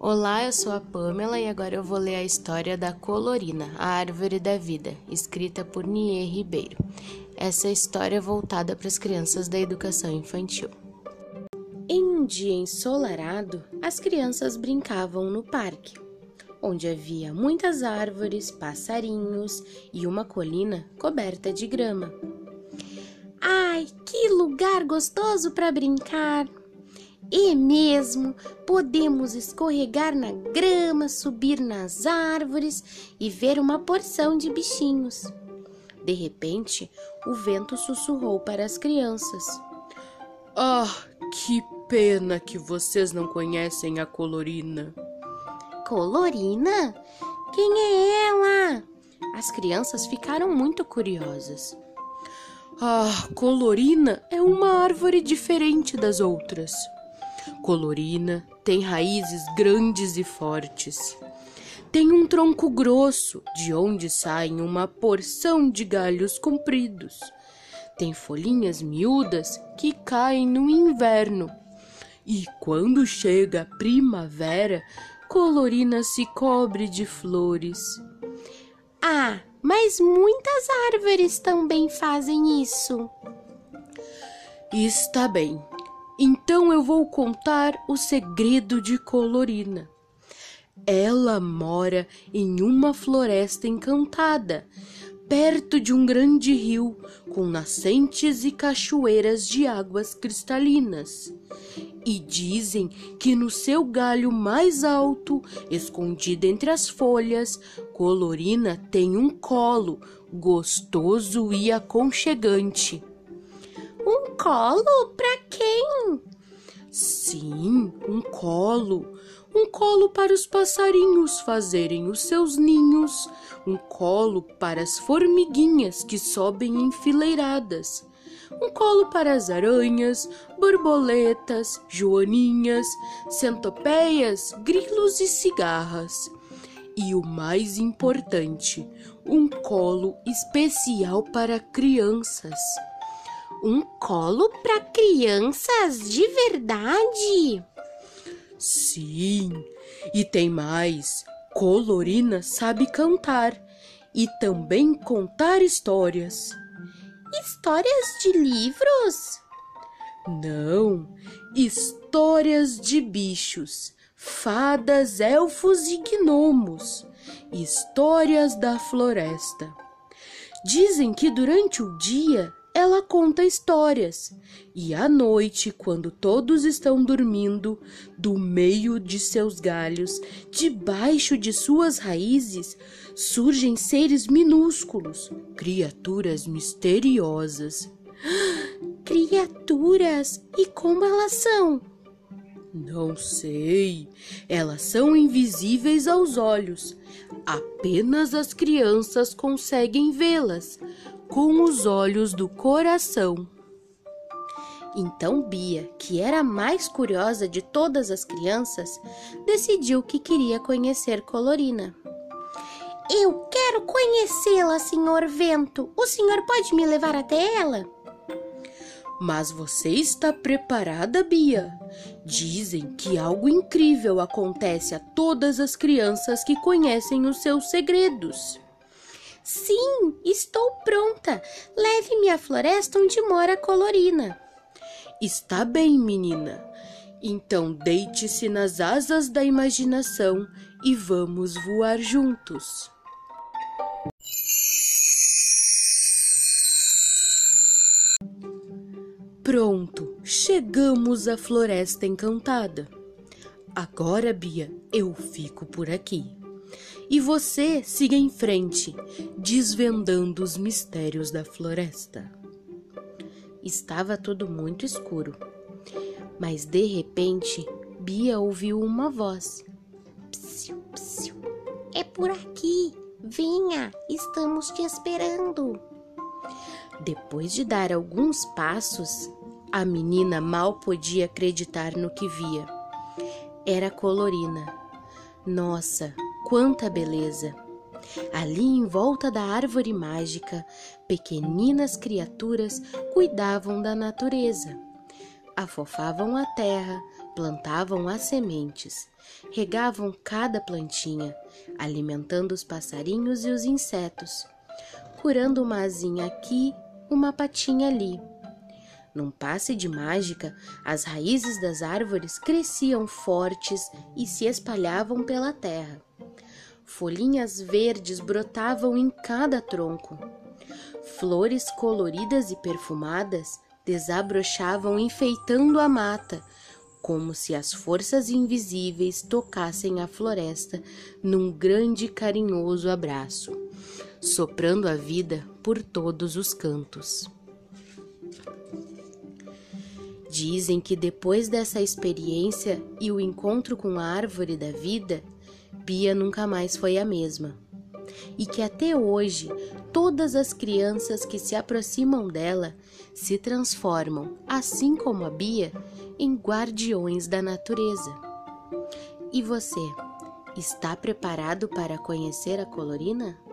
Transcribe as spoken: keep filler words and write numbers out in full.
Olá, eu sou a Pamela e agora eu vou ler a história da Colorina, a Árvore da Vida, escrita por Niê Ribeiro. Essa história é voltada para as crianças da educação infantil. Em um dia ensolarado, as crianças brincavam no parque, onde havia muitas árvores, passarinhos e uma colina coberta de grama. Ai, que lugar gostoso para brincar! E mesmo, podemos escorregar na grama, subir nas árvores e ver uma porção de bichinhos. De repente, o vento sussurrou para as crianças. Ah, que pena que vocês não conhecem a Colorina. Colorina? Quem é ela? As crianças ficaram muito curiosas. Ah, Colorina é uma árvore diferente das outras. Colorina tem raízes grandes e fortes. Tem um tronco grosso, de onde saem uma porção de galhos compridos. Tem folhinhas miúdas que caem no inverno. E quando chega a primavera, Colorina se cobre de flores. Ah, mas muitas árvores também fazem isso. Está bem. Então eu vou contar o segredo de Colorina. Ela mora em uma floresta encantada, perto de um grande rio, com nascentes e cachoeiras de águas cristalinas. E dizem que no seu galho mais alto, escondido entre as folhas, Colorina tem um colo gostoso e aconchegante. Um colo? Para quem? Sim, um colo. Um colo para os passarinhos fazerem os seus ninhos. Um colo para as formiguinhas que sobem enfileiradas. Um colo para as aranhas, borboletas, joaninhas, centopeias, grilos e cigarras. E o mais importante, um colo especial para crianças. Um colo para crianças de verdade? Sim, e tem mais. Colorina sabe cantar e também contar histórias. Histórias de livros? Não, histórias de bichos, fadas, elfos e gnomos. Histórias da floresta. Dizem que durante o dia ela conta histórias e à noite, quando todos estão dormindo, do meio de seus galhos, debaixo de suas raízes, surgem seres minúsculos, criaturas misteriosas. Criaturas? E como elas são? Não sei. Elas são invisíveis aos olhos. Apenas as crianças conseguem vê-las com os olhos do coração. Então Bia, que era a mais curiosa de todas as crianças, decidiu que queria conhecer Colorina. Eu quero conhecê-la, senhor Vento. O senhor pode me levar até ela? Mas você está preparada, Bia? Dizem que algo incrível acontece a todas as crianças que conhecem os seus segredos. Sim, estou pronta. Leve-me à floresta onde mora a Colorina. Está bem, menina. Então deite-se nas asas da imaginação e vamos voar juntos. Pronto, chegamos à floresta encantada. Agora, Bia, eu fico por aqui. E você siga em frente, desvendando os mistérios da floresta. Estava tudo muito escuro, mas de repente Bia ouviu uma voz. Psiu, psiu. É por aqui, venha, estamos te esperando. Depois de dar alguns passos, a menina mal podia acreditar no que via. Era Colorina. Nossa, quanta beleza! Ali em volta da árvore mágica, pequeninas criaturas cuidavam da natureza. Afofavam a terra, plantavam as sementes, regavam cada plantinha, alimentando os passarinhos e os insetos, curando uma asinha aqui, uma patinha ali. Num passe de mágica, as raízes das árvores cresciam fortes e se espalhavam pela terra. Folhinhas verdes brotavam em cada tronco. Flores coloridas e perfumadas desabrochavam enfeitando a mata, como se as forças invisíveis tocassem a floresta num grande e carinhoso abraço, soprando a vida por todos os cantos. Dizem que depois dessa experiência e o encontro com a árvore da vida, Bia nunca mais foi a mesma. E que até hoje, todas as crianças que se aproximam dela se transformam, assim como a Bia, em guardiões da natureza. E você, está preparado para conhecer a Colorina?